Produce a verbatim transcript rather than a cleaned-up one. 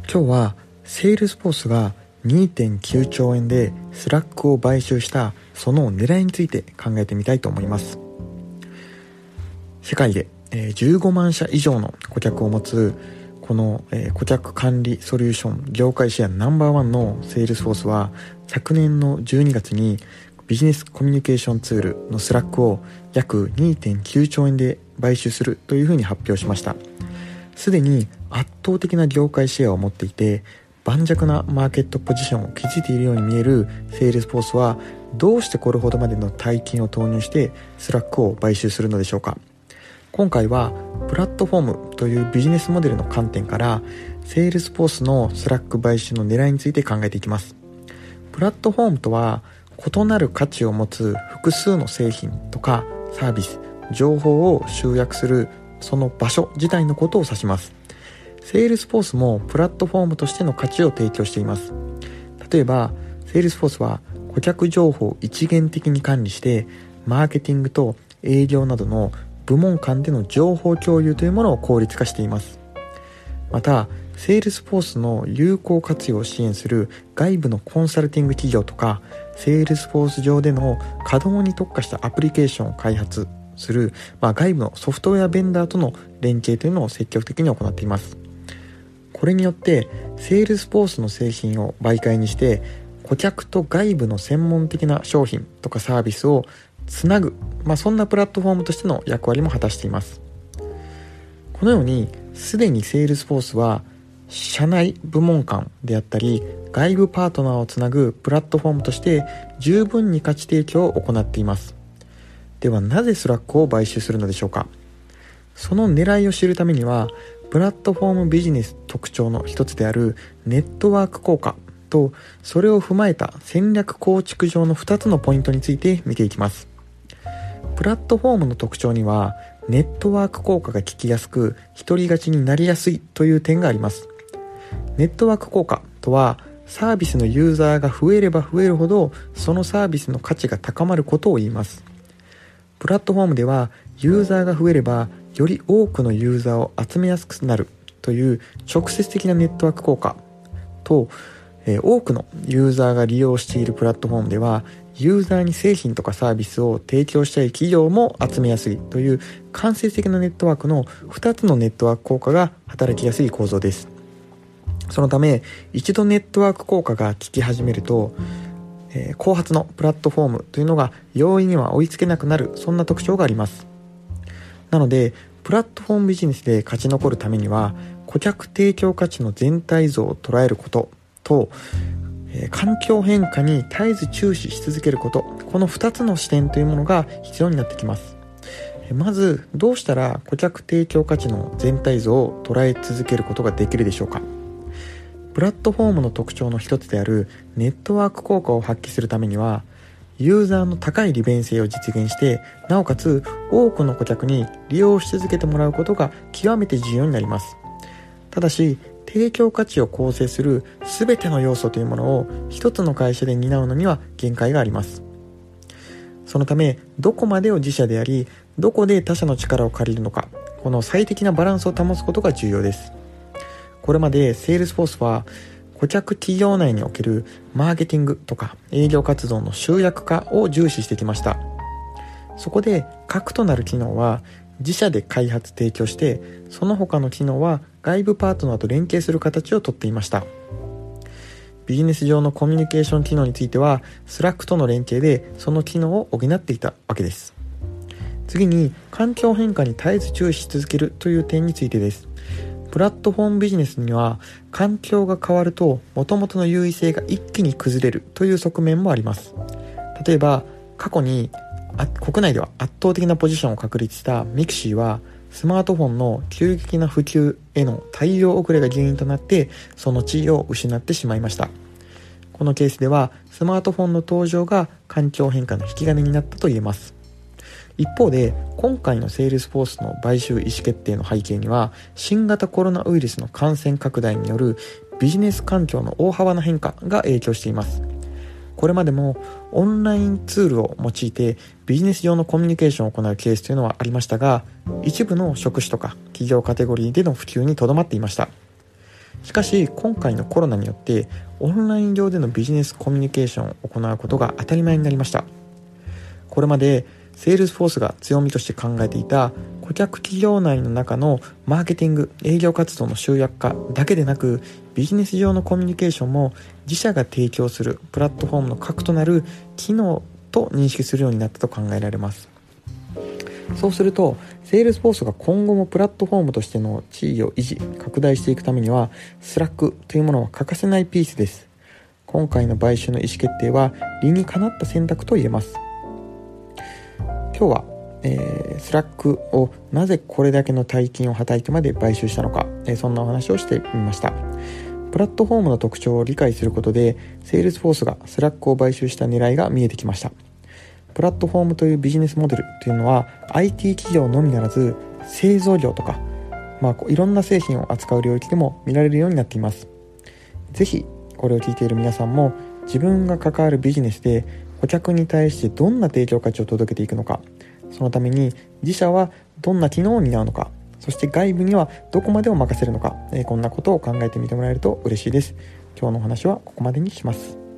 今日はセールスフォースが にてんきゅうちょうえんでスラックを買収したその狙いについて考えてみたいと思います。世界でじゅうごまんしゃ以上の顧客を持つこの顧客管理ソリューション業界シェアナンバーワンのセールスフォースは、昨年のじゅうにがつにビジネスコミュニケーションツールのスラックを約 にてんきゅうちょうえんで買収するというふうに発表しました。すでに圧倒的な業界シェアを持っていて、盤石なマーケットポジションを築いているように見えるセールスフォースは、どうしてこれほどまでの大金を投入してスラックを買収するのでしょうか。今回はプラットフォームというビジネスモデルの観点からセールスフォースのスラック買収の狙いについて考えていきます。プラットフォームとは、異なる価値を持つ複数の製品とかサービス、情報を集約するその場所自体のことを指します。セールスフォースもプラットフォームとしての価値を提供しています。例えばセールスフォースは顧客情報を一元的に管理して、マーケティングと営業などの部門間での情報共有というものを効率化しています。またセールスフォースの有効活用を支援する外部のコンサルティング企業とか、セールスフォース上での稼働に特化したアプリケーションを開発する、まあ、外部のソフトウェアベンダーとの連携というのを積極的に行っています。これによってセールスフォースの製品を媒介にして、顧客と外部の専門的な商品とかサービスをつなぐ、まあ、そんなプラットフォームとしての役割も果たしています。このようにすでにセールスフォースは社内部門間であったり外部パートナーをつなぐプラットフォームとして十分に価値提供を行っています。ではなぜスラックを買収するのでしょうか。その狙いを知るためには、プラットフォームビジネス特徴の一つであるネットワーク効果と、それを踏まえた戦略構築上のふたつのポイントについて見ていきます。プラットフォームの特徴には、ネットワーク効果が効きやすく独り勝ちになりやすいという点があります。ネットワーク効果とは、サービスのユーザーが増えれば増えるほどそのサービスの価値が高まることを言います。プラットフォームではユーザーが増えればより多くのユーザーを集めやすくなるという直接的なネットワーク効果と、えー、多くのユーザーが利用しているプラットフォームではユーザーに製品とかサービスを提供したい企業も集めやすいという間接的なネットワークのふたつのネットワーク効果が働きやすい構造です。そのため一度ネットワーク効果が効き始めると、えー、後発のプラットフォームというのが容易には追いつけなくなる、そんな特徴があります。なのでプラットフォームビジネスで勝ち残るためには、顧客提供価値の全体像を捉えることと、えー、環境変化に絶えず注視し続けること、このふたつの視点というものが必要になってきます。えー、まずどうしたら顧客提供価値の全体像を捉え続けることができるでしょうか。プラットフォームの特徴の一つであるネットワーク効果を発揮するためには、ユーザーの高い利便性を実現して、なおかつ多くの顧客に利用し続けてもらうことが極めて重要になります。ただし提供価値を構成する全ての要素というものを一つの会社で担うのには限界があります。そのためどこまでを自社であり、どこで他社の力を借りるのか、この最適なバランスを保つことが重要です。これまでセールスフォースは顧客企業内におけるマーケティングとか営業活動の集約化を重視してきました。そこで核となる機能は自社で開発提供して、その他の機能は外部パートナーと連携する形をとっていました。ビジネス上のコミュニケーション機能については Slack との連携でその機能を補っていたわけです。次に環境変化に絶えず注視し続けるという点についてです。プラットフォームビジネスには環境が変わると元々の優位性が一気に崩れるという側面もあります。例えば過去に国内では圧倒的なポジションを確立したミクシーは、スマートフォンの急激な普及への対応遅れが原因となってその地位を失ってしまいました。このケースではスマートフォンの登場が環境変化の引き金になったと言えます。一方で今回のセールスフォースの買収意思決定の背景には、新型コロナウイルスの感染拡大によるビジネス環境の大幅な変化が影響しています。これまでもオンラインツールを用いてビジネス上のコミュニケーションを行うケースというのはありましたが、一部の職種とか企業カテゴリーでの普及にとどまっていました。 しかし今回のコロナによってオンライン上でのビジネスコミュニケーションを行うことが当たり前になりました。これまでセールスフォースが強みとして考えていた顧客企業内の中のマーケティング営業活動の集約化だけでなく、ビジネス上のコミュニケーションも自社が提供するプラットフォームの核となる機能と認識するようになったと考えられます。そうするとセールスフォースが今後もプラットフォームとしての地位を維持拡大していくためには、スラックというものは欠かせないピースです。今回の買収の意思決定は理にかなった選択と言えます。今日は、えー、スラックをなぜこれだけの大金をはたいてまで買収したのか、えー、そんなお話をしてみました。プラットフォームの特徴を理解することでセールスフォースがスラックを買収した狙いが見えてきました。プラットフォームというビジネスモデルというのは アイティー 企業のみならず製造業とか、まあ、いろんな製品を扱う領域でも見られるようになっています。ぜひこれを聞いている皆さんも自分が関わるビジネスで顧客に対してどんな提供価値を届けていくのか、そのために自社はどんな機能を担うのか、そして外部にはどこまでを任せるのか、えー、こんなことを考えてみてもらえると嬉しいです。今日のお話はここまでにします。